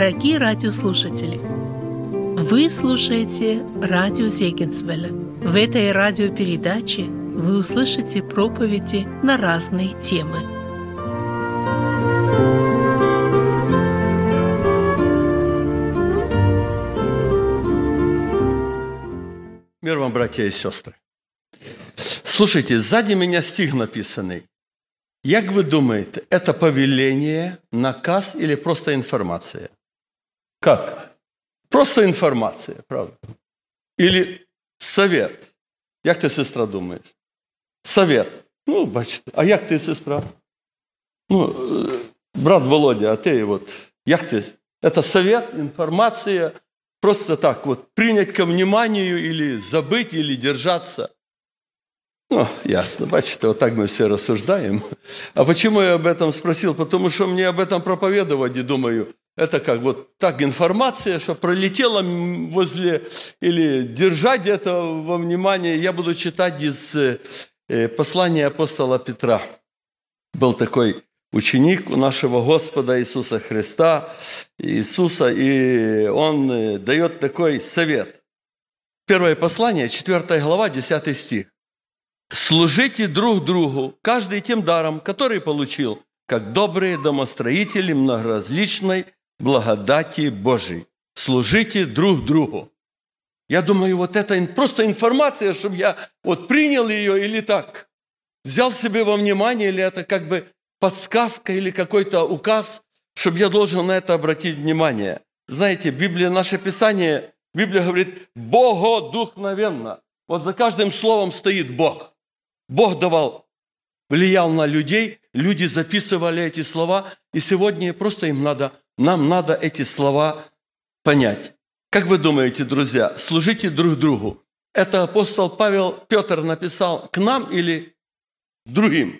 Дорогие радиослушатели, вы слушаете радио Зегенсвелля. В этой радиопередаче вы услышите проповеди на разные темы. Мир вам, братья и сестры. Слушайте, сзади меня стих написанный. Як вы думаете, это повеление, наказ или просто информация? Как? Просто информация, правда? Или совет? Як ти, сестра, думаєш? Совет. Ну, бачите. А як ти, сестра? Ну, брат Володя, а ты вот, як ты? Это совет, информация, просто так вот, принять ко вниманию или забыть, или держаться. Ну, ясно, бачите, вот так мы все рассуждаем. А почему я об этом спросил? Потому что мне об этом проповедовать, и думаю, это как вот так информация, что пролетела возле, или держать где-то во внимании. Я буду читать из послания апостола Петра. Был такой ученик у нашего Господа Иисуса Христа, Иисуса, и он дает такой совет. Первое послание, 4 глава, 10 стих. «Служите друг другу, каждый тем даром, который получил, как добрые домостроители многоразличной благодати Божией». Служите друг другу. Я думаю, вот это просто информация, чтобы я вот принял ее или так, взял себе во внимание, или это как бы подсказка или какой-то указ, чтобы я должен на это обратить внимание. Знаете, Библия, наше Писание, Библия говорит «богодухновенно». Вот за каждым словом стоит Бог. Бог давал, влиял на людей, люди записывали эти слова, и сегодня просто нам надо эти слова понять. Как вы думаете, друзья, служите друг другу? Это апостол Петр написал к нам или другим?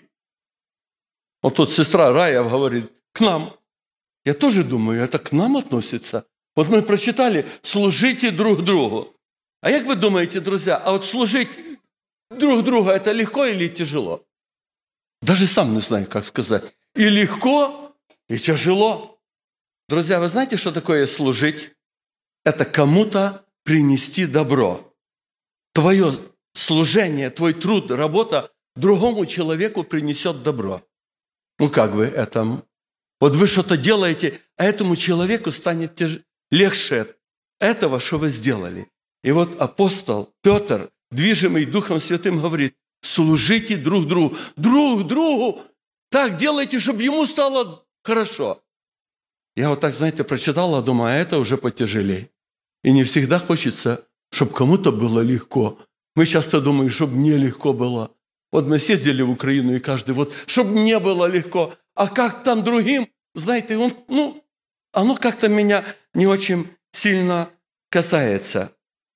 Вот тут сестра Рая говорит, к нам. Я тоже думаю, это к нам относится. Вот мы прочитали, служите друг другу. А как вы думаете, друзья, а вот служить друг друга это легко или тяжело? Даже сам не знаю, как сказать. И легко, и тяжело. Друзья, вы знаете, что такое служить? Это кому-то принести добро. Твое служение, твой труд, работа другому человеку принесет добро. Ну как вы этому? Вот вы что-то делаете, а этому человеку станет легче этого, что вы сделали. И вот апостол Петр, движимый Духом Святым, говорит, служите друг другу. Друг другу. Так делайте, чтобы ему стало хорошо. Я вот так, знаете, прочитал, а думаю, а это уже потяжелее. И не всегда хочется, чтобы кому-то было легко. Мы часто думаем, чтобы мне легко было. Вот мы съездили в Украину, и каждый, вот, чтобы мне было легко. А как там другим, знаете, оно как-то меня не очень сильно касается.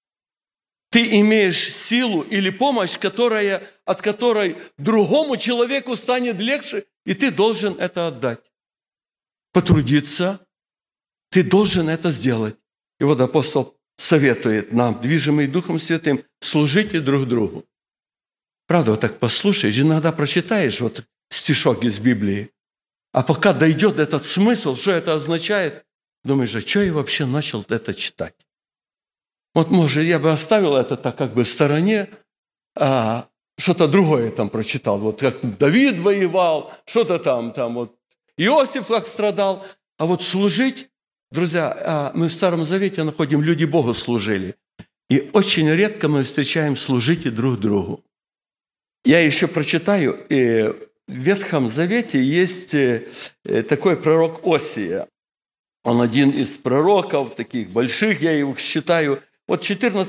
Ты имеешь силу или помощь, от которой другому человеку станет легче, и ты должен это отдать. Потрудиться, ты должен это сделать. И вот апостол советует нам, движимый Духом Святым, служите друг другу. Правда, вот так послушаешь, иногда прочитаешь вот стишок из Библии, а пока дойдет этот смысл, что это означает, думаешь, а что я вообще начал это читать? Вот, может, я бы оставил это так как бы в стороне, а что-то другое там прочитал. Вот как Давид воевал, что-то там вот Иосиф как страдал. А вот служить, друзья, мы в Старом Завете находим, люди Богу служили. И очень редко мы встречаем служите друг другу. Я еще прочитаю, в Ветхом Завете есть такой пророк Осия. Он один из пророков, таких больших, я его считаю. Вот в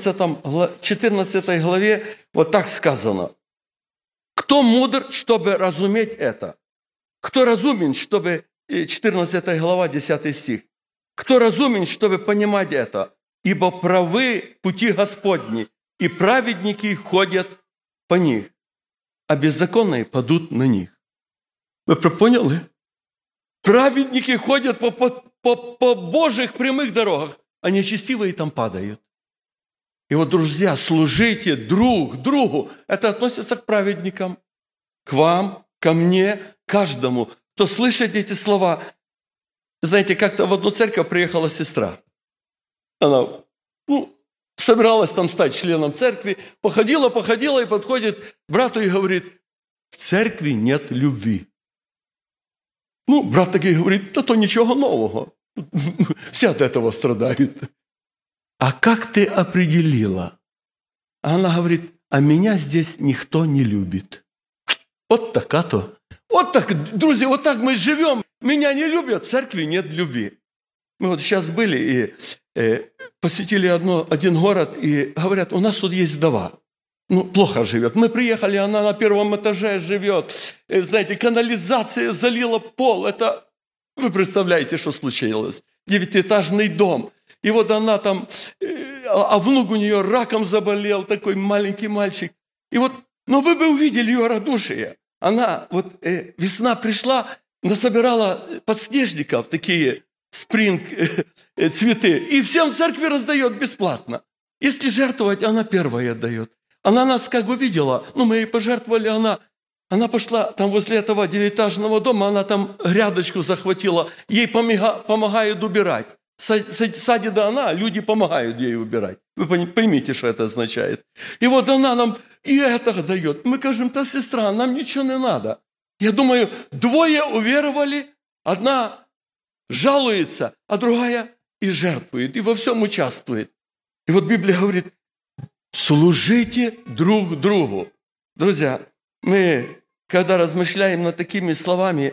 14 главе вот так сказано. Кто мудр, чтобы разуметь это? Кто разумен, чтобы... 14 глава, 10 стих. Кто разумен, чтобы понимать это? Ибо правы пути Господни, и праведники ходят по них, а беззаконные падут на них. Вы поняли? Праведники ходят по Божьих прямых дорогах, а нечестивые там падают. И вот, друзья, служите друг другу. Это относится к праведникам, к вам, ко мне, каждому, кто слышит эти слова. Знаете, как-то в одну церковь приехала сестра. Она, собиралась там стать членом церкви, походила и подходит к брату и говорит: в церкви нет любви. Брат таки говорит: да то ничего нового. Все от этого страдают. А как ты определила? Она говорит: а меня здесь никто не любит. Вот так-то. Вот так, друзья, вот так мы живем. Меня не любят, в церкви нет любви. Мы вот сейчас были и посетили один город, и говорят: у нас тут есть вдова. Плохо живет. Мы приехали, она на первом этаже живет. Знаете, канализация залила пол. Это, вы представляете, что случилось? 9-этажный дом. И вот она там, а внук у нее раком заболел, такой маленький мальчик. И вот, вы бы увидели ее радушие. Она, весна пришла, насобирала подснежников, такие спринг цветы, и всем в церкви раздает бесплатно. Если жертвовать, она первая отдает. Она нас как увидела, мы ей пожертвовали, она пошла там возле этого 9-этажного дома, она там грядочку захватила, ей помогают убирать. Садит она, люди помогают ей убирать. Вы поймите, что это означает. И вот она нам и это дает. Мы говорим: та сестра, нам ничего не надо. Я думаю, двое уверовали, одна жалуется, а другая и жертвует, и во всем участвует. И вот Библия говорит: служите друг другу. Друзья, мы, когда размышляем над такими словами,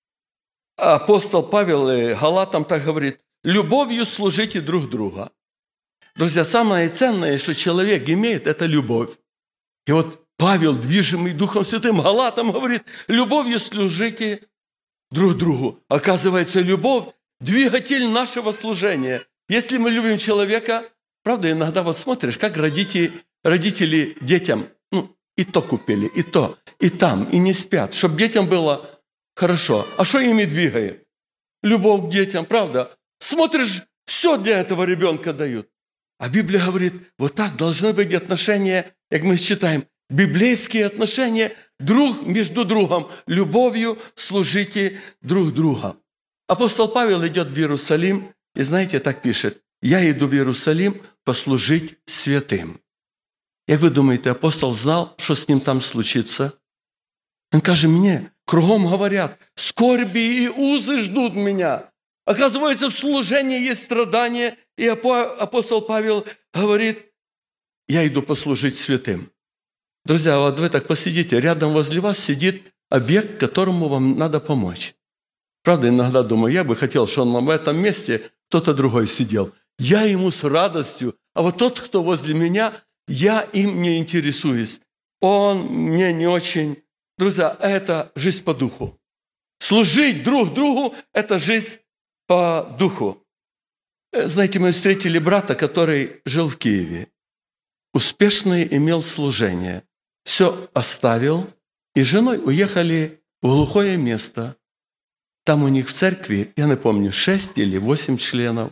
апостол Павел Галатам так говорит: любовью служите друг друга. Друзья, самое ценное, что человек имеет, это любовь. И вот Павел, движимый Духом Святым, Галатам говорит: любовью служите друг другу. Оказывается, любовь – двигатель нашего служения. Если мы любим человека, правда, иногда вот смотришь, как родители детям, и то купили, и то, и там, и не спят, чтобы детям было хорошо. А что ими двигает? Любовь к детям, правда? Смотришь, все для этого ребенка дают. А Библия говорит, вот так должны быть отношения, как мы читаем, библейские отношения друг между другом. Любовью служите друг другу. Апостол Павел идет в Иерусалим, и знаете, так пишет: «Я иду в Иерусалим послужить святым». Як вы думаете, апостол знал, что с ним там случится? Он каже: мне кругом говорят, скорби и узы ждут меня. Оказывается, в служении есть страдания, и апостол Павел говорит: я иду послужить святым. Друзья, вот вы так посидите, рядом возле вас сидит объект, которому вам надо помочь. Правда, иногда думаю, я бы хотел, чтобы он в этом месте кто-то другой сидел. Я ему с радостью, а вот тот, кто возле меня, я им не интересуюсь. Он мне не очень. Друзья, это жизнь по духу. Служить друг другу – это жизнь по духу. Знаете, мы встретили брата, который жил в Киеве. Успешный имел служение. Все оставил, и с женой уехали в глухое место. Там у них в церкви, я не помню, 6 или 8 членов.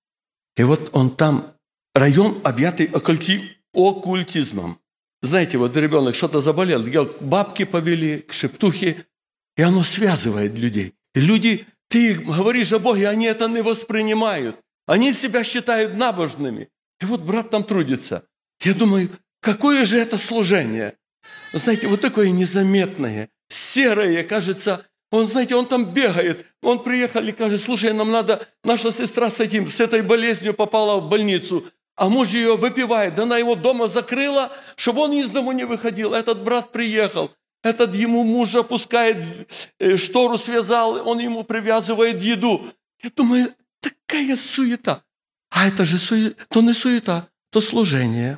И вот он там, район, объятый оккультизмом. Знаете, вот ребенок что-то заболел, к бабке повели, к шептухе, и оно связывает людей. И люди, ты им говоришь о Боге, они это не воспринимают. Они себя считают набожными. И вот брат там трудится. Я думаю, какое же это служение? Знаете, вот такое незаметное, серое, кажется. Он, знаете, он там бегает. Он приехал и говорит: слушай, нам надо, наша сестра с этой болезнью попала в больницу, а муж ее выпивает. Она его дома закрыла, чтобы он из дома не выходил. Этот брат приехал, этот ему муж опускает, штору связал, он ему привязывает еду. Я думаю, такая суета. А это же то не суета, то служение.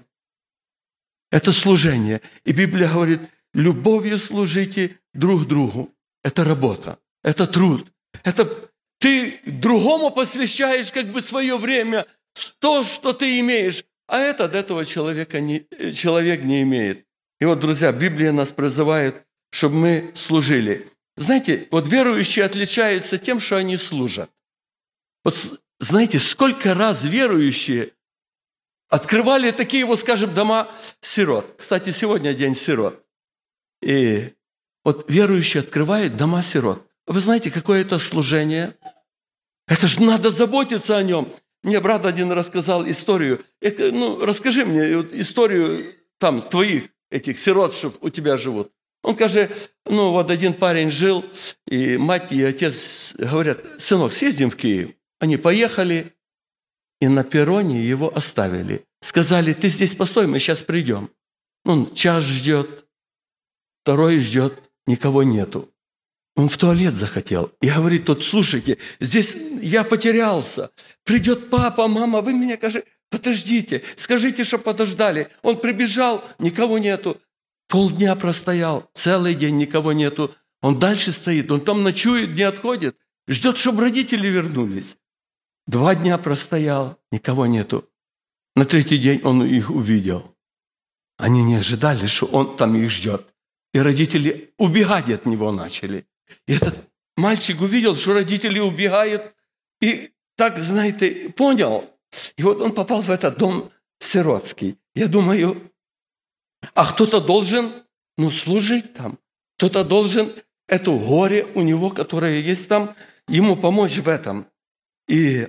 Это служение. И Библия говорит, любовью служите друг другу. Это работа, это труд. Это ты другому посвящаешь как бы свое время, то, что ты имеешь, а этот этого человек не имеет. И вот, друзья, Библия нас призывает, чтобы мы служили. Знаете, вот верующие отличаются тем, что они служат. Вот знаете, сколько раз верующие открывали такие, вот скажем, дома сирот. Кстати, сегодня день сирот. И вот верующие открывают дома сирот. Вы знаете, какое это служение? Это же надо заботиться о нем. Мне брат один рассказал историю. Расскажи мне историю там твоих, этих сирот, что у тебя живут. Он скажет, один парень жил, и мать и отец говорят, сынок, съездим в Киев. Они поехали, и на перроне его оставили. Сказали, ты здесь постой, мы сейчас придем. Он час ждет, второй ждет, никого нету. Он в туалет захотел. И говорит тут, слушайте, здесь я потерялся. Придет папа, мама, вы меня, подождите, скажите, что подождали. Он прибежал, никого нету. Полдня простоял, целый день никого нету. Он дальше стоит, он там ночует, не отходит. Ждет, чтобы родители вернулись. 2 дня простоял, никого нету. На 3-й день он их увидел. Они не ожидали, что он там их ждет. И родители убегать от него начали. И этот мальчик увидел, что родители убегают. И так, знаете, понял. И вот он попал в этот дом сиротский. Я думаю, а кто-то должен, служить там. Кто-то должен это горе у него, которое есть там, ему помочь в этом. И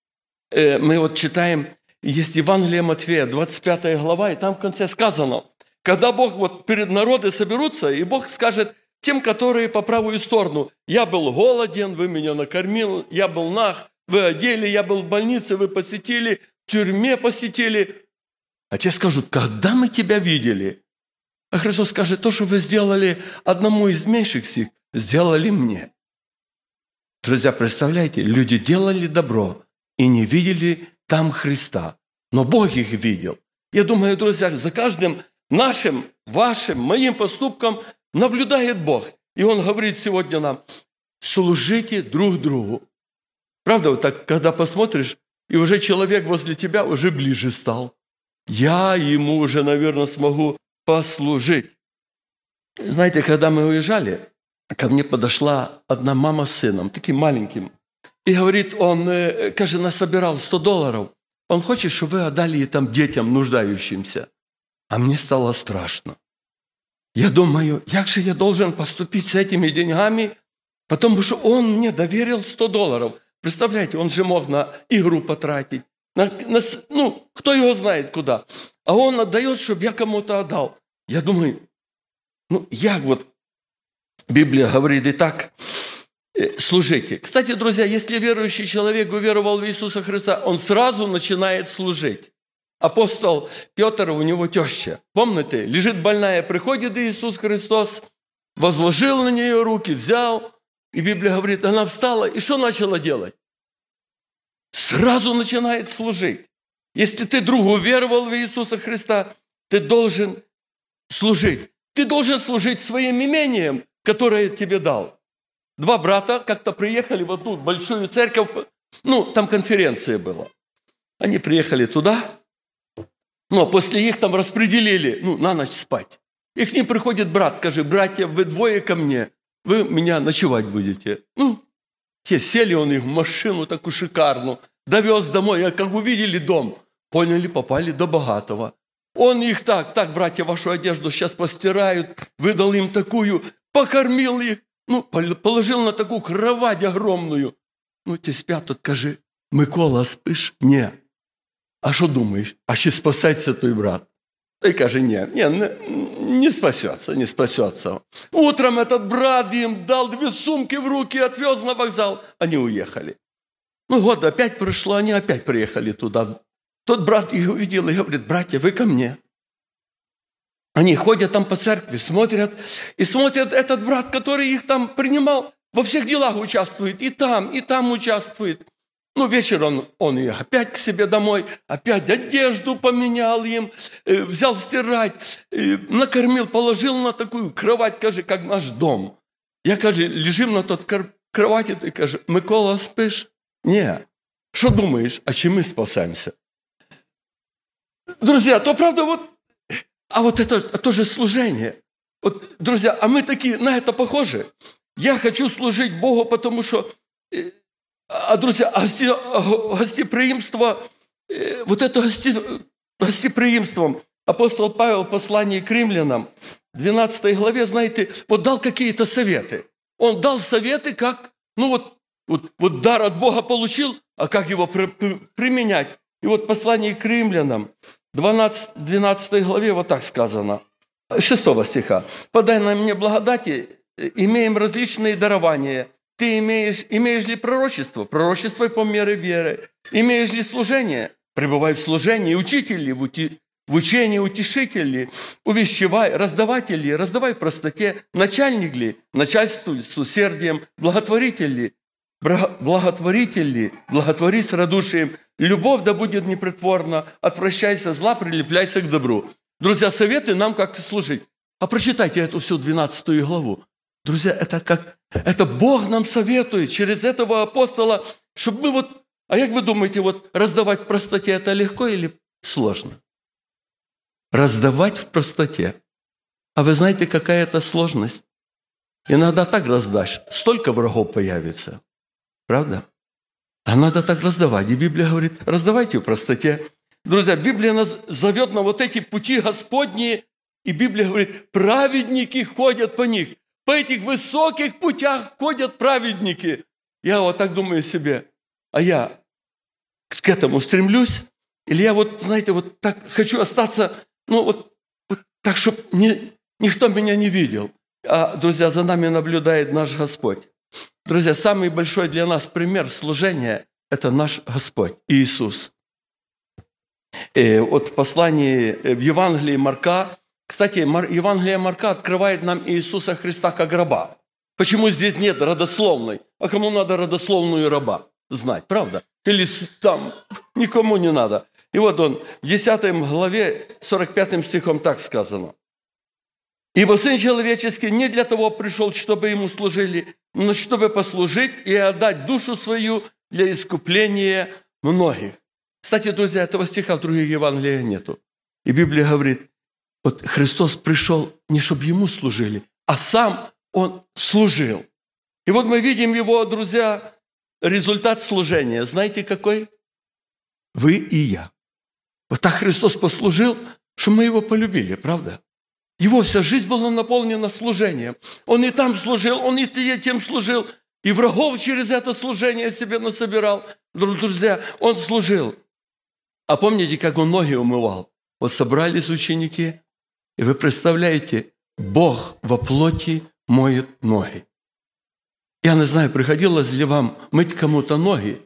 мы читаем, есть Евангелие Матфея, 25 глава, и там в конце сказано, когда Бог перед народы соберутся, и Бог скажет тем, которые по правую сторону, я был голоден, вы меня накормили, я был наг, вы одели, я был в больнице, вы посетили, в тюрьме посетили. А те скажут, когда мы тебя видели? А Христос скажет, то, что вы сделали одному из меньших сих, сделали мне. Друзья, представляете, люди делали добро и не видели там Христа, но Бог их видел. Я думаю, друзья, за каждым нашим, вашим, моим поступком наблюдает Бог. И Он говорит сегодня нам, служите друг другу. Правда, так, когда посмотришь, и уже человек возле тебя уже ближе стал. Я ему уже, наверное, смогу послужить. Знаете, когда мы уезжали, ко мне подошла одна мама с сыном, таким маленьким. И говорит, он, насобирал $100. Он хочет, чтобы вы отдали там детям, нуждающимся. А мне стало страшно. Я думаю, как же я должен поступить с этими деньгами, потому что он мне доверил $100. Представляете, он же мог на игру потратить, кто его знает куда. А он отдает, чтобы я кому-то отдал. Я думаю, Библия говорит и так, служите. Кстати, друзья, если верующий человек уверовал в Иисуса Христа, он сразу начинает служить. Апостол Петр, у него теща, помните, лежит больная, приходит Иисус Христос, возложил на нее руки, взял, и Библия говорит, она встала, и что начала делать? Сразу начинает служить. Если ты другу уверовал в Иисуса Христа, ты должен служить. Ты должен служить своим имением, которое тебе дал. 2 брата как-то приехали в одну большую церковь, там конференция была. Они приехали туда, но после их там распределили, на ночь спать. И к ним приходит брат, скажет, братья, вы 2 ко мне, вы меня ночевать будете. Те сели, он их в машину такую шикарную, довез домой, а как увидели дом, поняли, попали до богатого. Он их так, братья, вашу одежду сейчас постирают, выдал им такую, покормил их, положил на такую кровать огромную. Те спят, тут скажи, Микола, спишь? Не. А что думаешь? А ще спасеться той брат? И каже, не спасется. Утром этот брат им дал 2 сумки в руки, отвез на вокзал. Они уехали. Год опять прошло, они опять приехали туда. Тот брат их увидел и говорит, братья, вы ко мне. Они ходят там по церкви, смотрят, этот брат, который их там принимал, во всех делах участвует, и там участвует. Вечером он их опять к себе домой, опять одежду поменял им, взял стирать, накормил, положил на такую кровать, как наш дом. Я, лежим на той кровати, ты кажешь, Микола, спишь? Не. Что думаешь, а чем мы спасаемся? Друзья, то правда это тоже служение. Друзья, а мы такие на это похожи. Я хочу служить Богу, потому что... друзья, гостеприимство, гостеприимством апостол Павел в послании к римлянам, 12 главе, знаете, дал какие-то советы. Он дал советы, как, вот дар от Бога получил, а как его применять? И вот в послании к римлянам, 12 главе, вот так сказано, 6 стиха. «Подай на мне благодати, имеем различные дарования. Ты имеешь ли пророчество? Пророчество по мере веры. Имеешь ли служение? Пребывай в служении. Учитель ли? В учении, утешитель ли? Увещевай. Раздаватель ли? Раздавай в простоте. Начальник ли? Начальствуй с усердием. Благотворитель ли? Благотворитель ли? Благотвори с радушием. Любовь да будет непритворна. Отвращайся зла, прилепляйся к добру». Друзья, советы нам, как служить. А прочитайте эту всю 12 главу. Друзья, это Бог нам советует через этого апостола, чтобы мы вот, а как вы думаете, вот раздавать в простоте, это легко или сложно? Раздавать в простоте. А вы знаете, какая это сложность? Иногда так раздашь, столько врагов появится. Правда? А надо так раздавать. И Библия говорит, раздавайте в простоте. Друзья, Библия нас зовет на вот эти пути Господни, и Библия говорит, праведники ходят по них. По этих высоких путях ходят праведники. Я вот так думаю себе, а я к этому стремлюсь? Или я вот, знаете, вот так хочу остаться, вот так, чтобы никто меня не видел. А, друзья, за нами наблюдает наш Господь. Друзья, самый большой для нас пример служения – это наш Господь Иисус. И вот в послании, в Евангелии Марка, кстати, Евангелие Марка открывает нам Иисуса Христа как раба. Почему здесь нет родословной? А кому надо родословную раба знать, правда? Или там никому не надо. И вот он в 10 главе 45 стихом так сказано. «Ибо Сын Человеческий не для того пришел, чтобы Ему служили, но чтобы послужить и отдать душу свою для искупления многих». Кстати, друзья, этого стиха в других Евангелиях нету. И Библия говорит, вот Христос пришел не чтобы Ему служили, а Сам Он служил. И вот мы видим Его, друзья, результат служения. Знаете какой? Вы и я. Вот так Христос послужил, что мы Его полюбили, правда? Его вся жизнь была наполнена служением. Он и там служил, Он и тем служил, и врагов через это служение себе насобирал. Друзья, Он служил. А помните, как Он ноги умывал? Вот собрались ученики, и вы представляете, Бог во плоти моет ноги. Я не знаю, приходилось ли вам мыть кому-то ноги,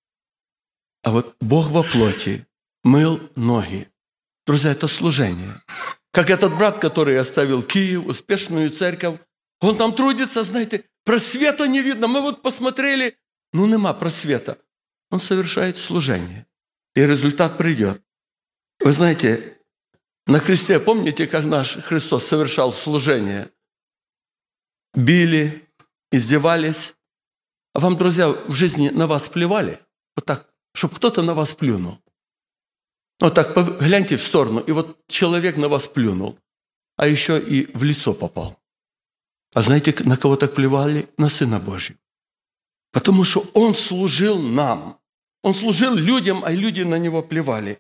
а вот Бог во плоти мыл ноги. Друзья, это служение. Как этот брат, который оставил Киев, успешную церковь, он там трудится, знаете, просвета не видно. Мы вот посмотрели, нема просвета. Он совершает служение, и результат придет. Вы знаете, на кресте, помните, как наш Христос совершал служение? Били, издевались. А вам, друзья, в жизни на вас плевали? Вот так, чтобы кто-то на вас плюнул. Вот так, гляньте в сторону, и вот человек на вас плюнул, а еще и в лицо попал. А знаете, на кого так плевали? На Сына Божьего. Потому что Он служил нам. Он служил людям, а люди на Него плевали.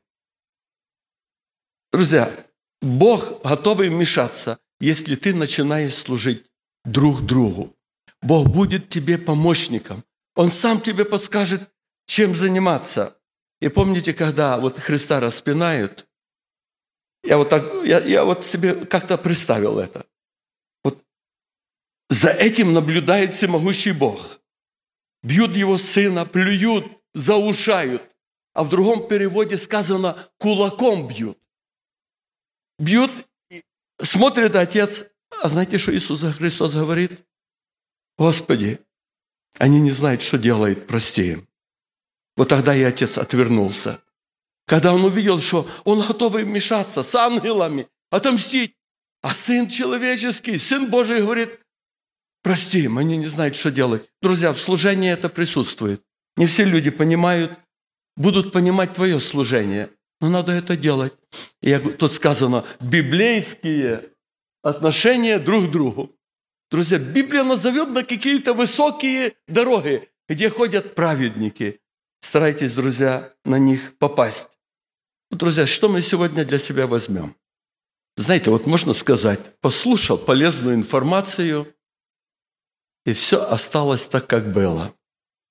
Друзья, Бог готовый вмешаться, если ты начинаешь служить друг другу. Бог будет тебе помощником. Он сам тебе подскажет, чем заниматься. И помните, когда вот Христа распинают, я вот себе как-то представил это. Вот за этим наблюдает всемогущий Бог. Бьют Его Сына, плюют, заушают. А в другом переводе сказано, кулаком бьют. Бьют, смотрит Отец, а знаете, что Иисус Христос говорит? Господи, они не знают, что делают, прости им. Вот тогда и Отец отвернулся. Когда Он увидел, что Он готовый вмешаться с ангелами, отомстить, а Сын человеческий, Сын Божий говорит, прости им, они не знают, что делать. Друзья, в служении это присутствует. Не все люди понимают, будут понимать твое служение, но надо это делать. И тут сказано, библейские отношения друг к другу. Друзья, Библия назовет на какие-то высокие дороги, где ходят праведники. Старайтесь, друзья, на них попасть. Друзья, что мы сегодня для себя возьмем? Знаете, вот можно сказать, послушал полезную информацию, и все осталось так, как было.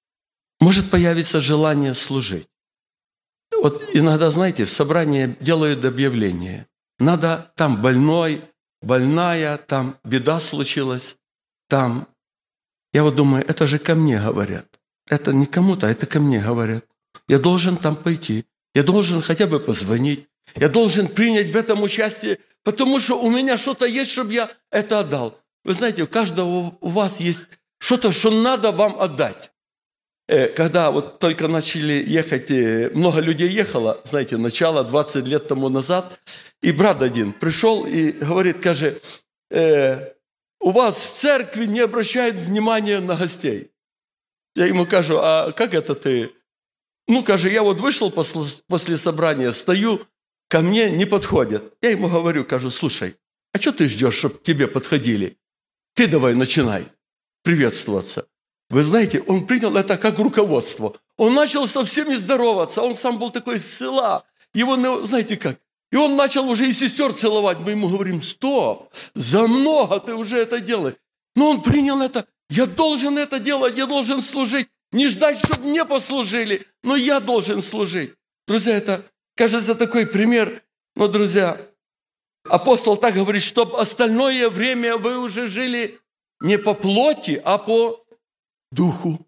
может появиться желание служить. Вот иногда, знаете, в собрании делают объявление. Надо, там больной, больная, там беда случилась, там. Я вот думаю, это же ко мне говорят. Это не кому-то, а это ко мне говорят. Я должен там пойти. Я должен хотя бы позвонить. Я должен принять в этом участие, потому что у меня что-то есть, чтобы я это отдал. Вы знаете, у каждого у вас есть что-то, что надо вам отдать. Когда вот только начали ехать, много людей ехало, знаете, начало 20 лет тому назад, и брат один пришел и говорит, скажи, у вас в церкви не обращают внимания на гостей. Я ему кажу, а как это ты? Ну, скажи, я вот вышел после собрания, стою, ко мне не подходят. Я ему говорю, кажу, слушай, а что ты ждешь, чтобы к тебе подходили? Ты давай начинай приветствоваться. Вы знаете, он принял это как руководство. Он начал со всеми здороваться. Он сам был такой из села. Его, знаете как? И он начал уже и сестер целовать. Мы ему говорим, стоп, за много ты уже это делаешь. Но он принял это. Я должен это делать, я должен служить. Не ждать, чтобы мне послужили, но я должен служить. Друзья, это, кажется, такой пример. Но, друзья, апостол так говорит, чтобы остальное время вы уже жили не по плоти, а по духу.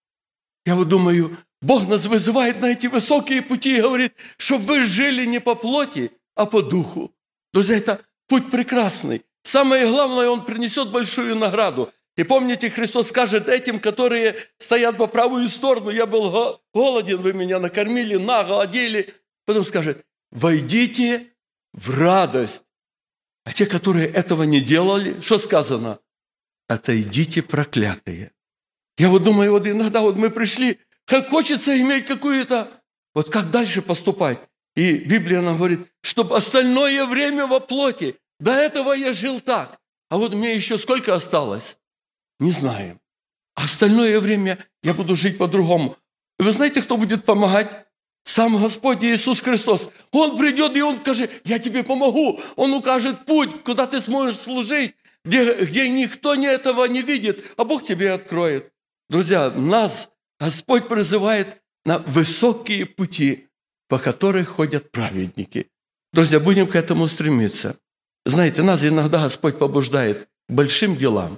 Я вот думаю, Бог нас вызывает на эти высокие пути и говорит, чтобы вы жили не по плоти, а по духу. Друзья, это путь прекрасный. Самое главное, он принесет большую награду. И помните, Христос скажет этим, которые стоят по правую сторону, я был голоден, вы меня накормили, наголодели. Потом скажет, войдите в радость. А те, которые этого не делали, что сказано? Отойдите, проклятые. Я вот думаю, вот иногда вот мы пришли, как хочется иметь какую-то, вот как дальше поступать. И Библия нам говорит, чтобы остальное время во плоти. До этого я жил так. А вот мне еще сколько осталось? Не знаем. А остальное время я буду жить по-другому. И вы знаете, кто будет помогать? Сам Господь Иисус Христос. Он придет и Он скажет, я тебе помогу. Он укажет путь, куда ты сможешь служить, где никто этого не видит, а Бог тебе откроет. Друзья, нас Господь призывает на высокие пути, по которым ходят праведники. Друзья, будем к этому стремиться. Знаете, нас иногда Господь побуждает к большим делам.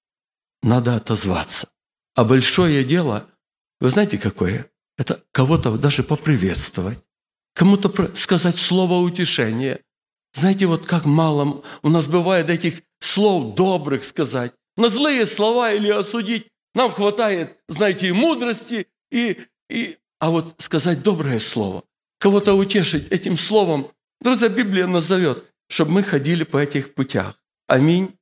Надо отозваться. А большое дело, вы знаете, какое? Это кого-то даже поприветствовать, кому-то сказать слово утешения. Знаете, вот как мало у нас бывает этих слов добрых сказать. На злые слова или осудить нам хватает, знаете, и мудрости, а вот сказать доброе слово, кого-то утешить этим словом. Друзья, Библия назовет, чтобы мы ходили по этих путях. Аминь.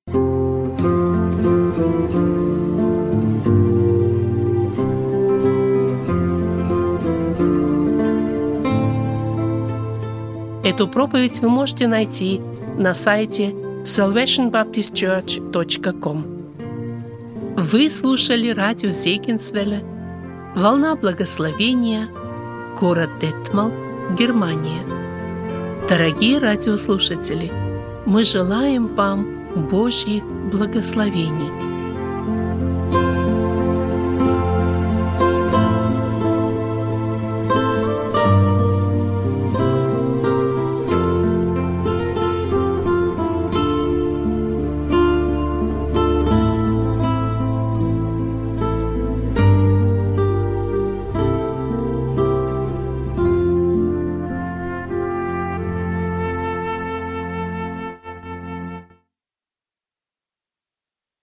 Эту проповедь вы можете найти на сайте salvationbaptistchurch.com. Вы слушали радио Зегенсвелля, «Волна благословения», город Детмал, Германия. Дорогие радиослушатели, мы желаем вам Божьих благословений.